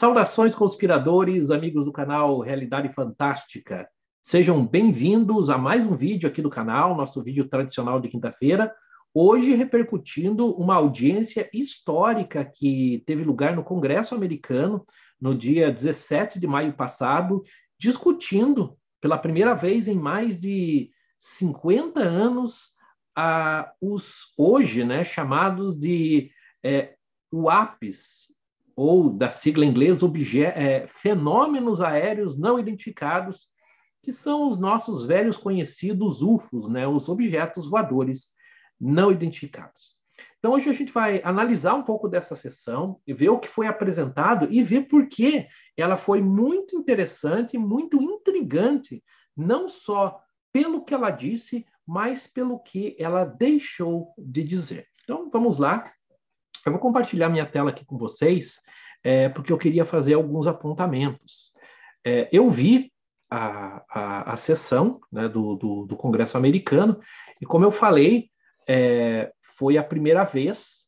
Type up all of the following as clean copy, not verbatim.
Saudações, conspiradores, amigos do canal Realidade Fantástica. Sejam bem-vindos a mais um vídeo aqui do canal, nosso vídeo tradicional de quinta-feira. Hoje repercutindo uma audiência histórica que teve lugar no Congresso americano no dia 17 de maio passado, discutindo pela primeira vez em mais de 50 anos os hoje chamados de UAPs, ou da sigla inglesa, fenômenos aéreos não identificados, que são os nossos velhos conhecidos UFOs, os objetos voadores não identificados. Então, hoje a gente vai analisar um pouco dessa sessão e ver o que foi apresentado e ver por que ela foi muito interessante, muito intrigante, não só pelo que ela disse, mas pelo que ela deixou de dizer. Então, vamos lá. Eu vou compartilhar minha tela aqui com vocês, porque eu queria fazer alguns apontamentos. Eu vi a sessão do Congresso americano, e como eu falei, foi a primeira vez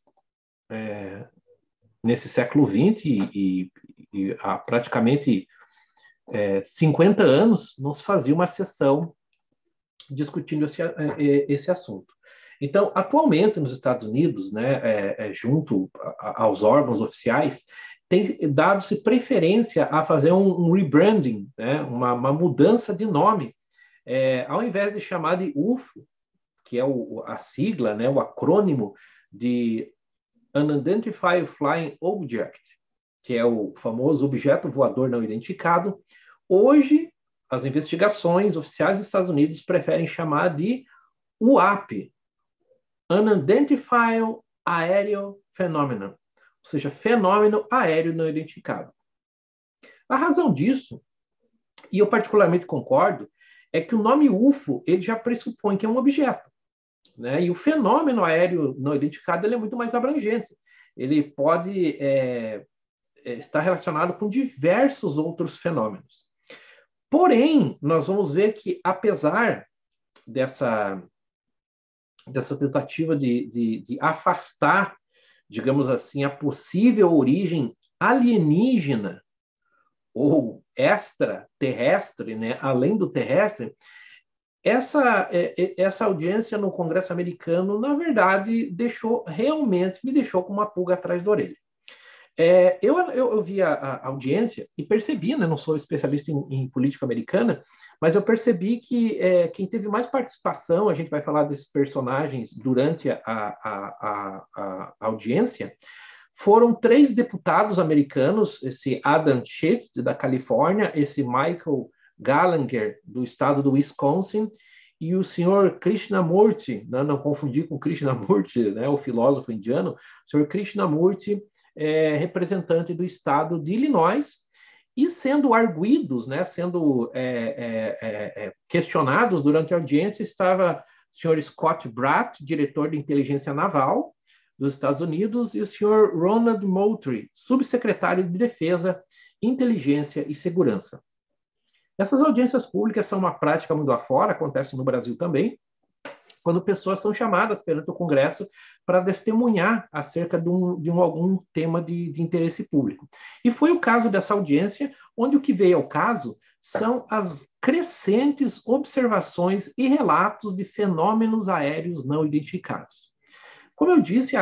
nesse século XX e há praticamente 50 anos não se fazia uma sessão discutindo esse assunto. Então, atualmente nos Estados Unidos, junto aos órgãos oficiais, tem dado-se preferência a fazer um rebranding, uma mudança de nome, ao invés de chamar de UFO, que é a sigla, o acrônimo de Unidentified Flying Object, que é o famoso objeto voador não identificado. Hoje, as investigações oficiais dos Estados Unidos preferem chamar de UAP, Unidentified Aerial Phenomenon, ou seja, fenômeno aéreo não identificado. A razão disso, e eu particularmente concordo, é que o nome UFO ele já pressupõe que é um objeto, e o fenômeno aéreo não identificado ele é muito mais abrangente. Ele pode estar relacionado com diversos outros fenômenos. Porém, nós vamos ver que, apesar dessa tentativa de afastar, digamos assim, a possível origem alienígena ou extraterrestre, além do terrestre, essa audiência no Congresso americano, na verdade, me deixou com uma pulga atrás da orelha. Eu vi a audiência e percebi, não sou especialista em política americana, mas eu percebi que quem teve mais participação, a gente vai falar desses personagens durante a audiência, foram 3 deputados americanos, esse Adam Schiff, da Califórnia, esse Michael Gallagher, do estado do Wisconsin, e o senhor Krishnamurti, não confundir com Krishnamurti, o filósofo indiano, o senhor Krishnamurti, representante do estado de Illinois, e sendo arguidos, sendo questionados durante a audiência, estava o senhor Scott Bratt, diretor de inteligência naval dos Estados Unidos, e o senhor Ronald Moultrie, subsecretário de Defesa, Inteligência e Segurança. Essas audiências públicas são uma prática mundo afora, acontece no Brasil também, quando pessoas são chamadas perante o Congresso para testemunhar acerca de algum tema de interesse público. E foi o caso dessa audiência, onde o que veio ao caso são as crescentes observações e relatos de fenômenos aéreos não identificados. Como eu disse,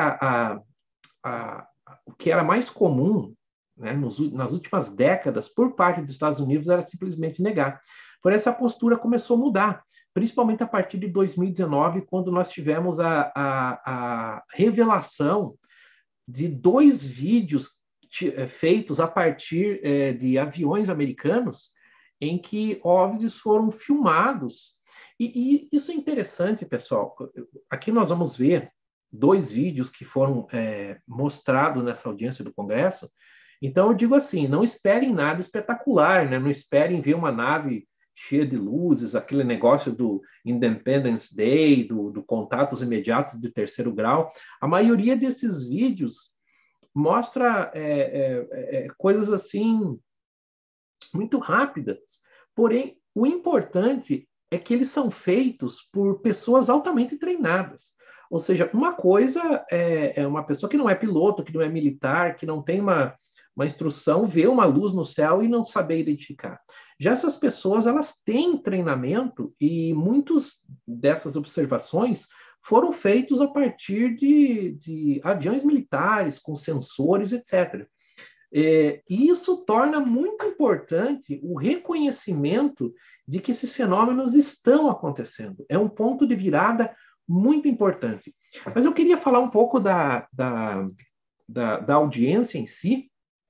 o que era mais comum nas últimas décadas por parte dos Estados Unidos era simplesmente negar. Porém, essa postura começou a mudar, principalmente a partir de 2019, quando nós tivemos a revelação de 2 vídeos feitos a partir de aviões americanos, em que OVNIs foram filmados. E isso é interessante, pessoal. Aqui nós vamos ver 2 vídeos que foram mostrados nessa audiência do Congresso. Então, eu digo assim, não esperem nada espetacular, não esperem ver uma nave cheia de luzes, aquele negócio do Independence Day, do contatos imediatos de 3º grau. A maioria desses vídeos mostra coisas assim muito rápidas. Porém, o importante é que eles são feitos por pessoas altamente treinadas. Ou seja, uma coisa é uma pessoa que não é piloto, que não é militar, que não tem uma instrução, ver uma luz no céu e não saber identificar. Já essas pessoas, elas têm treinamento e muitas dessas observações foram feitos a partir de aviões militares, com sensores, etc. E isso torna muito importante o reconhecimento de que esses fenômenos estão acontecendo. É um ponto de virada muito importante. Mas eu queria falar um pouco da audiência em si,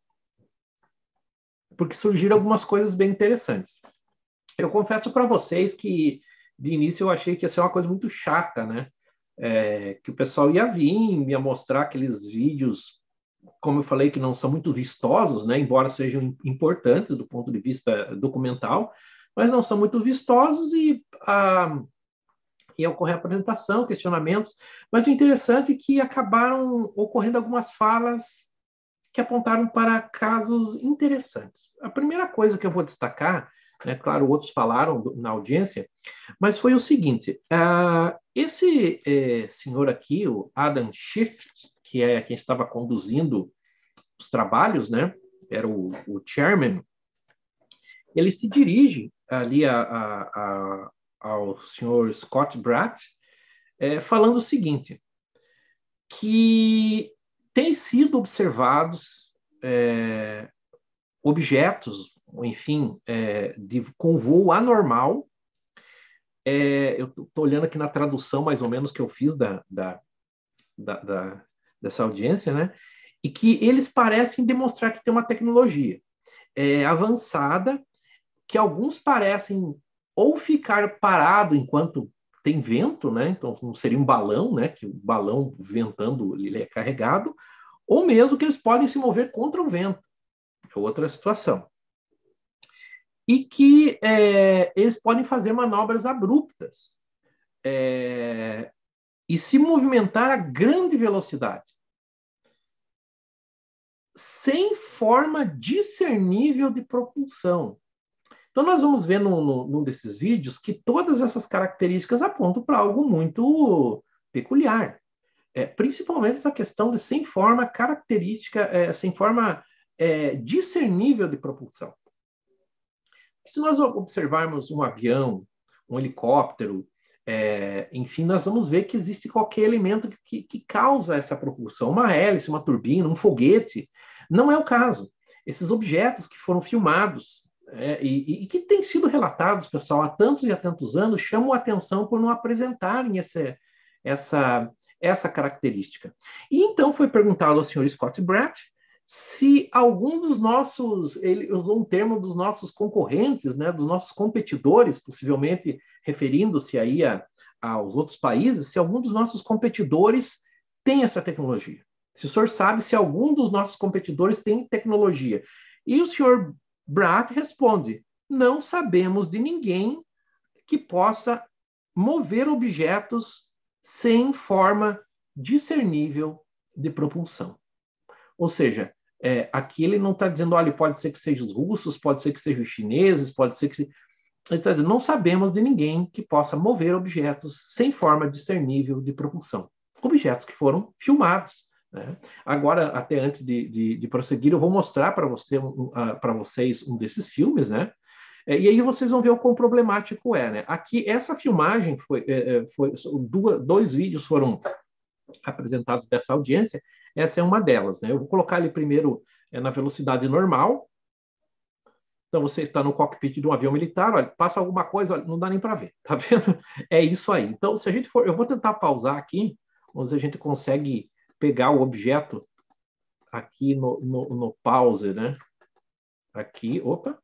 porque surgiram algumas coisas bem interessantes. Eu confesso para vocês que, de início, eu achei que ia ser uma coisa muito chata, né? Que o pessoal ia vir, ia mostrar aqueles vídeos, como eu falei, que não são muito vistosos, né? Embora sejam importantes do ponto de vista documental, mas não são muito vistosos e ia ocorrer apresentação, questionamentos. Mas o interessante é que acabaram ocorrendo algumas falas que apontaram para casos interessantes. A primeira coisa que eu vou destacar, né, claro, outros falaram na audiência, mas foi o seguinte: esse senhor aqui, o Adam Schiff, que é quem estava conduzindo os trabalhos, né, era o chairman, ele se dirige ali ao senhor Scott Bratt, falando o seguinte, que tem sido observados objetos, enfim, com voo anormal. Eu estou olhando aqui na tradução, mais ou menos, que eu fiz dessa audiência, né? E que eles parecem demonstrar que tem uma tecnologia avançada, que alguns parecem ou ficar parado enquanto tem vento, né? Então não seria um balão, né? Que o balão ventando ele é carregado, ou mesmo que eles podem se mover contra o vento. É outra situação. E que eles podem fazer manobras abruptas e se movimentar a grande velocidade, sem forma discernível de propulsão. Então, nós vamos ver num desses vídeos que todas essas características apontam para algo muito peculiar. Principalmente essa questão de sem forma característica, sem forma discernível de propulsão. Se nós observarmos um avião, um helicóptero, enfim, nós vamos ver que existe qualquer elemento que causa essa propulsão. Uma hélice, uma turbina, um foguete. Não é o caso. Esses objetos que foram filmados e que têm sido relatados, pessoal, há tantos e há tantos anos, chamam a atenção por não apresentarem essa característica. E então foi perguntado ao senhor Scott Bratt se algum dos nossos, ele usou um termo dos nossos concorrentes, né, dos nossos competidores, possivelmente referindo-se aí aos outros países, se algum dos nossos competidores tem essa tecnologia. Se o senhor sabe se algum dos nossos competidores tem tecnologia. E o senhor Bratt responde: não sabemos de ninguém que possa mover objetos sem forma discernível de propulsão. Ou seja, aqui ele não está dizendo, olha, pode ser que sejam os russos, pode ser que sejam os chineses, pode ser que... Ele está dizendo, não sabemos de ninguém que possa mover objetos sem forma discernível de propulsão. Objetos que foram filmados. Né? Agora, até antes de prosseguir, eu vou mostrar para vocês um desses filmes, né? E aí vocês vão ver o quão problemático é. Né? Aqui, essa filmagem dois vídeos foram apresentados dessa audiência, essa é uma delas. Né? Eu vou colocar ele primeiro na velocidade normal. Então, você está no cockpit de um avião militar, olha, passa alguma coisa, olha, não dá nem para ver, tá vendo? É isso aí. Então, se a gente for, eu vou tentar pausar aqui, vamos ver se a gente consegue pegar o objeto aqui no pause, né? Aqui, opa.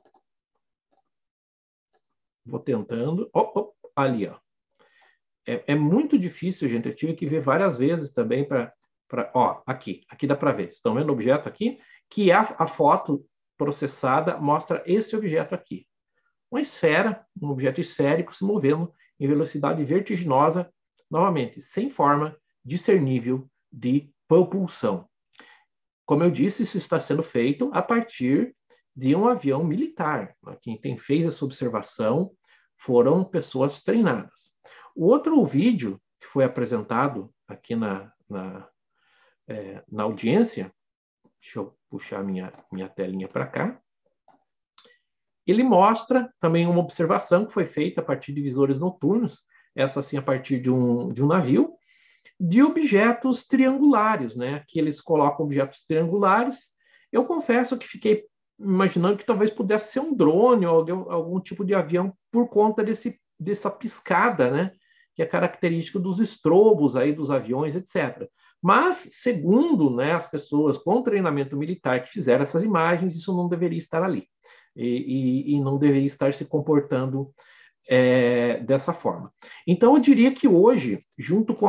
Vou tentando. Ali, ó. É muito difícil, gente. Eu tive que ver várias vezes também para. Ó, aqui dá para ver. Estão vendo o objeto aqui? Que a foto processada mostra esse objeto aqui. Uma esfera, um objeto esférico se movendo em velocidade vertiginosa, novamente, sem forma discernível de propulsão. Como eu disse, isso está sendo feito a partir de um avião militar. Quem fez essa observação foram pessoas treinadas. O outro vídeo que foi apresentado aqui na audiência, Deixa eu puxar minha telinha para cá. Ele mostra também uma observação que foi feita a partir de visores noturnos, essa sim a partir de um navio, de objetos triangulares, né? Que eles colocam objetos triangulares. Eu confesso que fiquei imaginando que talvez pudesse ser um drone ou algum tipo de avião por conta dessa piscada, né? Que é característica dos estrobos aí dos aviões, etc. Mas, segundo, né, as pessoas com treinamento militar que fizeram essas imagens, isso não deveria estar ali. E não deveria estar se comportando dessa forma. Então, eu diria que hoje, junto com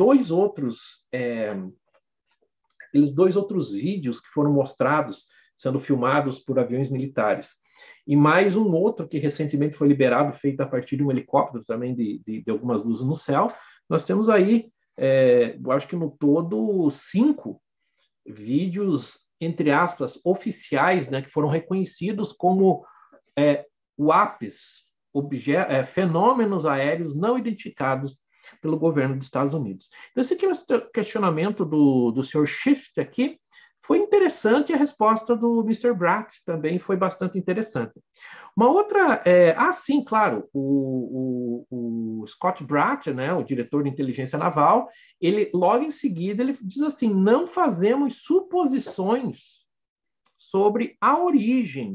aqueles dois outros vídeos que foram mostrados, sendo filmados por aviões militares, e mais um outro que recentemente foi liberado, feito a partir de um helicóptero também de algumas luzes no céu, nós temos aí, eu acho que no todo, 5 vídeos, entre aspas, oficiais, né, que foram reconhecidos como WAPs, fenômenos aéreos não identificados pelo governo dos Estados Unidos. Então, esse questionamento do Sr. Schiff aqui foi interessante e a resposta do Mr. Bratt também foi bastante interessante. Uma outra, sim, claro, o Scott Bratt, né, o diretor de inteligência naval, ele logo em seguida ele diz assim: não fazemos suposições sobre a origem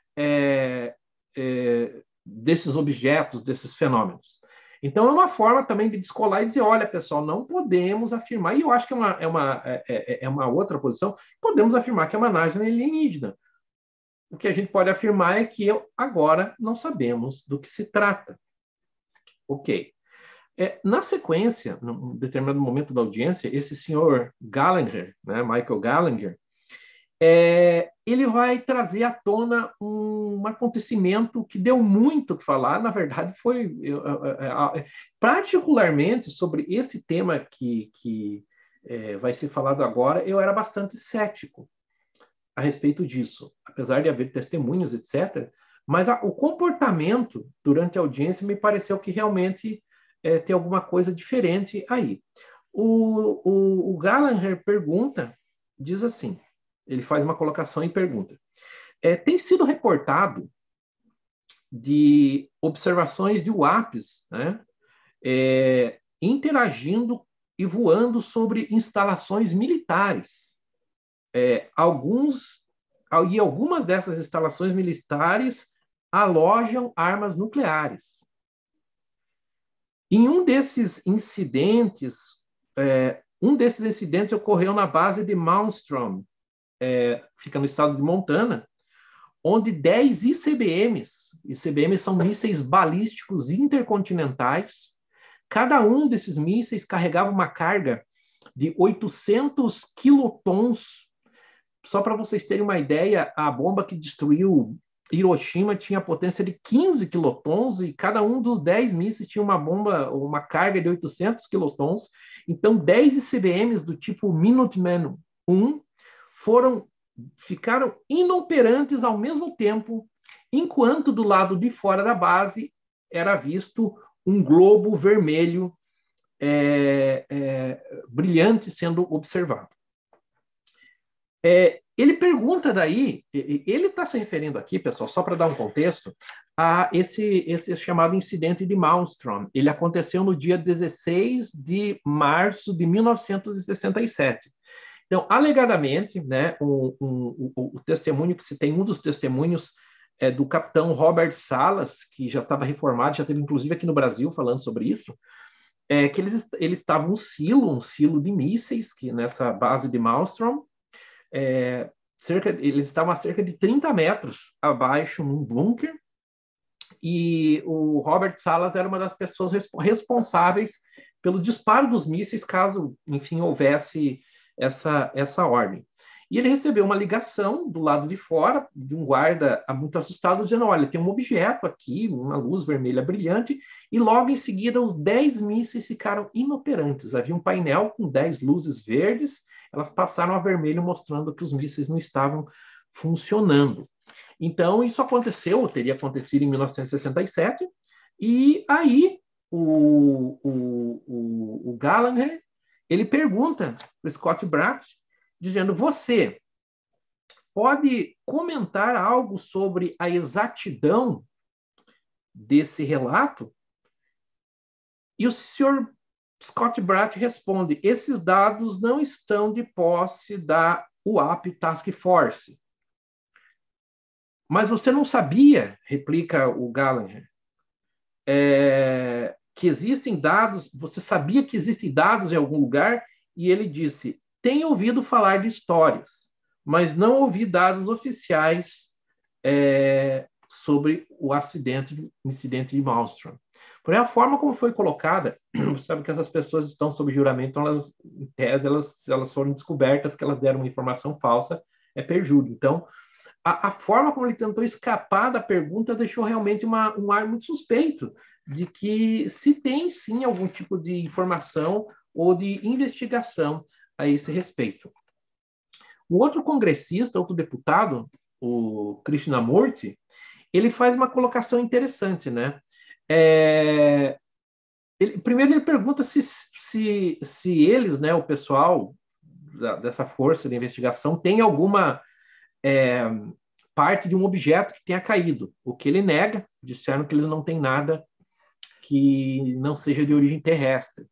desses objetos, desses fenômenos. Então, é uma forma também de descolar e dizer: olha, pessoal, não podemos afirmar, e eu acho que é uma outra posição, podemos afirmar que é uma nave alienígena. O que a gente pode afirmar é que agora não sabemos do que se trata. Ok. Na sequência, num determinado momento da audiência, esse senhor Gallagher, né, Michael Gallagher, ele vai trazer à tona um acontecimento que deu muito o que falar. Na verdade, foi particularmente sobre esse tema que vai ser falado agora, eu era bastante cético a respeito disso, apesar de haver testemunhos, etc. Mas o comportamento durante a audiência me pareceu que realmente tem alguma coisa diferente aí. O Gallagher pergunta, diz assim, ele faz uma colocação e pergunta: tem sido reportado de observações de UAPs, né, interagindo e voando sobre instalações militares. Algumas dessas instalações militares alojam armas nucleares. Em um desses incidentes ocorreu na base de Malmstrom, fica no estado de Montana, onde 10 ICBMs são mísseis balísticos intercontinentais, cada um desses mísseis carregava uma carga de 800 quilotons. Só para vocês terem uma ideia, a bomba que destruiu Hiroshima tinha potência de 15 quilotons e cada um dos 10 mísseis tinha uma carga de 800 quilotons. Então, 10 ICBMs do tipo Minuteman I ficaram inoperantes ao mesmo tempo, enquanto do lado de fora da base era visto um globo vermelho brilhante sendo observado. Ele pergunta daí, ele está se referindo aqui, pessoal, só para dar um contexto, a esse chamado incidente de Malmstrom. Ele aconteceu no dia 16 de março de 1967. Então, alegadamente, né, o testemunho que se tem, um dos testemunhos do capitão Robert Salas, que já estava reformado, já teve inclusive aqui no Brasil falando sobre isso, que eles estavam um silo de mísseis que nessa base de Malmstrom, eles estavam a cerca de 30 metros abaixo num bunker, e o Robert Salas era uma das pessoas responsáveis pelo disparo dos mísseis, caso, enfim, houvesse essa ordem. E ele recebeu uma ligação do lado de fora, de um guarda muito assustado, dizendo: olha, tem um objeto aqui, uma luz vermelha brilhante, e logo em seguida os 10 mísseis ficaram inoperantes. Havia um painel com 10 luzes verdes, elas passaram a vermelho, mostrando que os mísseis não estavam funcionando. Então, isso teria acontecido em 1967, e aí o Gallagher, ele pergunta para o Scott Bratt, dizendo: você pode comentar algo sobre a exatidão desse relato? E o senhor Scott Bratt responde: esses dados não estão de posse da UAP Task Force. Mas você não sabia, replica o Gallagher, que existem dados, você sabia que existem dados em algum lugar? E ele disse: tenho ouvido falar de histórias, mas não ouvi dados oficiais sobre o incidente de Malmstrom. Porém, a forma como foi colocada, você sabe que essas pessoas estão sob juramento, então elas, em tese, elas foram descobertas que elas deram uma informação falsa, é perjúrio. Então, a forma como ele tentou escapar da pergunta deixou realmente um ar muito suspeito de que se tem, sim, algum tipo de informação ou de investigação a esse respeito. O outro congressista, outro deputado, o Krishnamurti, ele faz uma colocação interessante, né? Primeiro ele pergunta se eles, né, o pessoal dessa força de investigação, tem alguma parte de um objeto que tenha caído. O que ele nega, disseram que eles não têm nada que não seja de origem terrestre.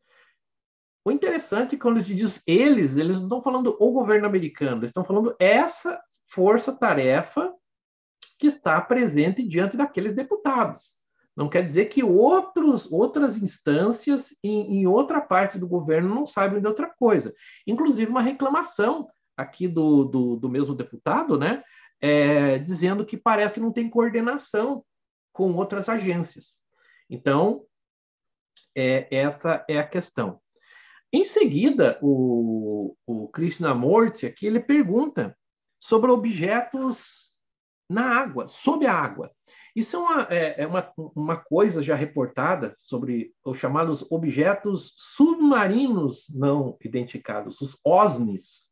O interessante é que quando ele diz eles não estão falando o governo americano, eles estão falando essa força-tarefa que está presente diante daqueles deputados. Não quer dizer que outras instâncias em outra parte do governo não saibam de outra coisa. Inclusive uma reclamação aqui do mesmo deputado, né, dizendo que parece que não tem coordenação com outras agências. Então, essa é a questão. Em seguida, o Krishnamurti aqui, ele pergunta sobre objetos na água, sob a água. Isso uma coisa já reportada sobre os chamados objetos submarinos não identificados, os OSNIs.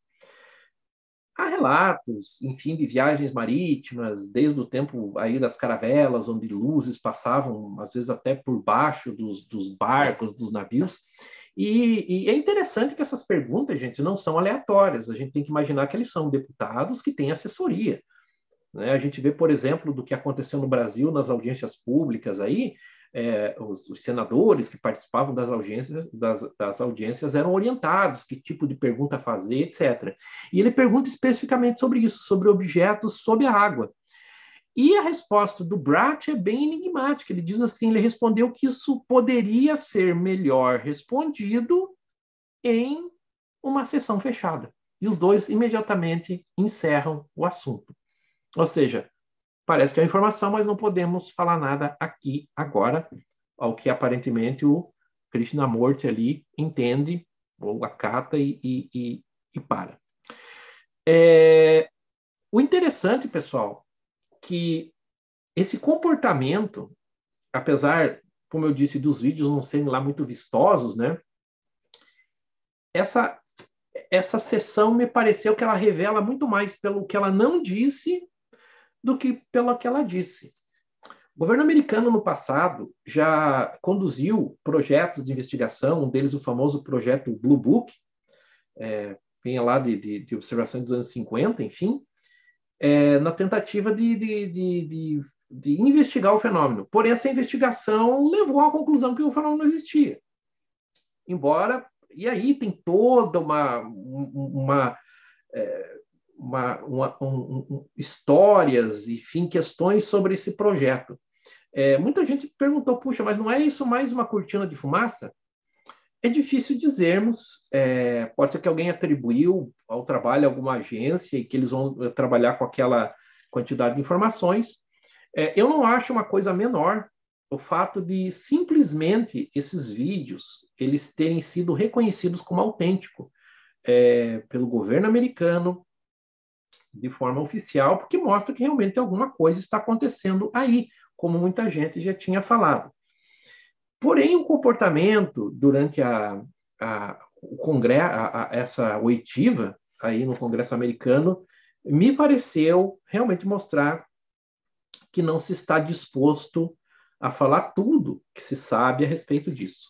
Há relatos, enfim, de viagens marítimas, desde o tempo aí das caravelas, onde luzes passavam, às vezes até por baixo dos barcos, dos navios. E é interessante que essas perguntas, gente, não são aleatórias. A gente tem que imaginar que eles são deputados que têm assessoria. Né? A gente vê, por exemplo, do que aconteceu no Brasil nas audiências públicas aí, os senadores que participavam das audiências eram orientados que tipo de pergunta fazer, etc. E ele pergunta especificamente sobre isso, sobre objetos sob a água. E a resposta do Bratt é bem enigmática. Ele diz assim, ele respondeu que isso poderia ser melhor respondido em uma sessão fechada. E os dois imediatamente encerram o assunto. Ou seja, parece que é informação, mas não podemos falar nada aqui agora, ao que aparentemente o Krishnamurti ali entende, ou acata e para. O interessante, pessoal, que esse comportamento, apesar, como eu disse, dos vídeos não serem lá muito vistosos, né? Essa sessão me pareceu que ela revela muito mais pelo que ela não disse do que pelo que ela disse. O governo americano, no passado, já conduziu projetos de investigação, um deles o famoso projeto Blue Book, vinha lá de observação dos anos 50, enfim, na tentativa de investigar o fenômeno. Porém, essa investigação levou à conclusão que o fenômeno não existia. Embora, e aí tem toda histórias, enfim, questões sobre esse projeto. Muita gente perguntou, puxa, mas não é isso mais uma cortina de fumaça? É difícil dizermos, pode ser que alguém atribuiu ao trabalho alguma agência e que eles vão trabalhar com aquela quantidade de informações. Eu não acho uma coisa menor o fato de simplesmente esses vídeos eles terem sido reconhecidos como autênticos pelo governo americano de forma oficial, porque mostra que realmente alguma coisa está acontecendo aí, como muita gente já tinha falado. Porém, o comportamento durante o congresso, essa oitiva aí no Congresso americano, me pareceu realmente mostrar que não se está disposto a falar tudo que se sabe a respeito disso.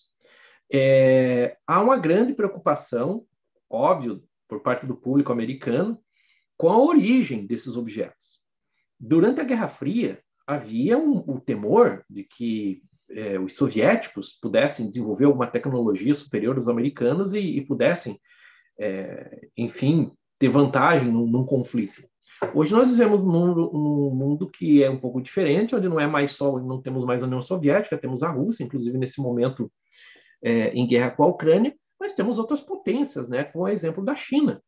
Há uma grande preocupação, óbvio, por parte do público americano, com a origem desses objetos. Durante a Guerra Fria, havia o temor de que os soviéticos pudessem desenvolver alguma tecnologia superior aos americanos e pudessem, enfim, ter vantagem num conflito. Hoje nós vivemos num mundo que é um pouco diferente, onde não temos mais a União Soviética, temos a Rússia, inclusive nesse momento em guerra com a Ucrânia, mas temos outras potências, né, como o exemplo da China,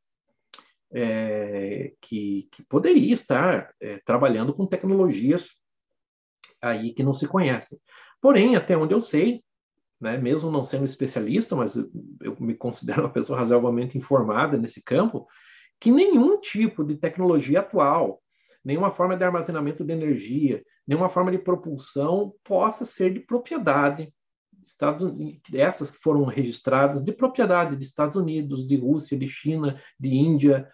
que poderia estar trabalhando com tecnologias aí que não se conhecem. Porém, até onde eu sei, né, mesmo não sendo especialista, mas eu me considero uma pessoa razoavelmente informada nesse campo, que nenhum tipo de tecnologia atual, nenhuma forma de armazenamento de energia, nenhuma forma de propulsão possa ser de propriedade essas que foram registradas de propriedade de Estados Unidos, de Rússia, de China, de Índia,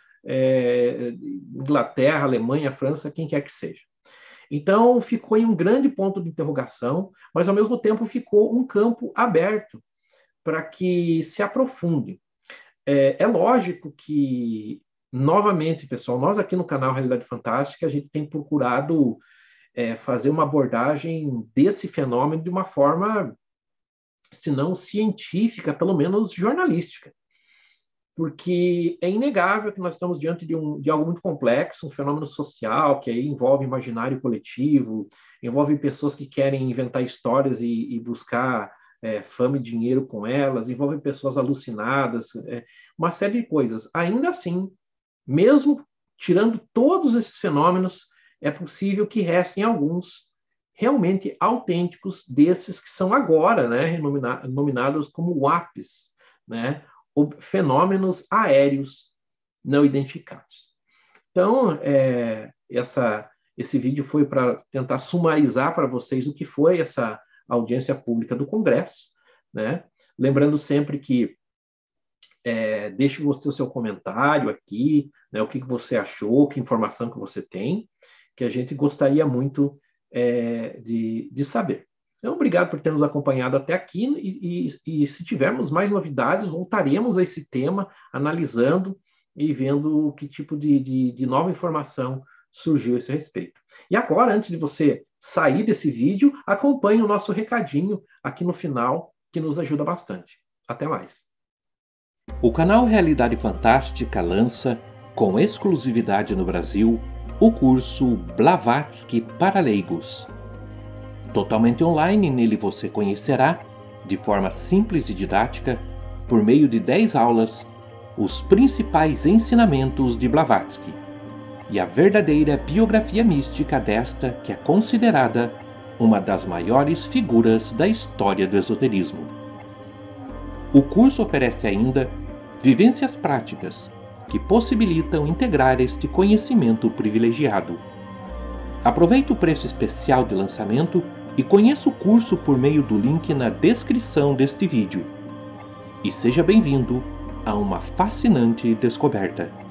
Inglaterra, Alemanha, França, quem quer que seja. Então, ficou em um grande ponto de interrogação, mas, ao mesmo tempo, ficou um campo aberto para que se aprofunde. É lógico que, novamente, pessoal, nós aqui no canal Realidade Fantástica, a gente tem procurado fazer uma abordagem desse fenômeno de uma forma, se não científica, pelo menos jornalística. Porque é inegável que nós estamos diante de algo muito complexo, um fenômeno social que aí envolve imaginário coletivo, envolve pessoas que querem inventar histórias e buscar fama e dinheiro com elas, envolve pessoas alucinadas, uma série de coisas. Ainda assim, mesmo tirando todos esses fenômenos, é possível que restem alguns realmente autênticos desses que são agora, né, nominados como WAPs, né, fenômenos aéreos não identificados. Então, esse vídeo foi para tentar sumarizar para vocês o que foi essa audiência pública do Congresso, né? Lembrando sempre que deixe você o seu comentário aqui, né, o que você achou, que informação que você tem, que a gente gostaria muito de saber. Então, obrigado por ter nos acompanhado até aqui e se tivermos mais novidades, voltaremos a esse tema, analisando e vendo que tipo de nova informação surgiu a esse respeito. E agora, antes de você sair desse vídeo, acompanhe o nosso recadinho aqui no final, que nos ajuda bastante. Até mais. O canal Realidade Fantástica lança, com exclusividade no Brasil, o curso Blavatsky para leigos. Totalmente online, nele você conhecerá, de forma simples e didática, por meio de 10 aulas, os principais ensinamentos de Blavatsky e a verdadeira biografia mística desta que é considerada uma das maiores figuras da história do esoterismo. O curso oferece ainda vivências práticas que possibilitam integrar este conhecimento privilegiado. Aproveite o preço especial de lançamento e conheça o curso por meio do link na descrição deste vídeo. E seja bem-vindo a uma fascinante descoberta.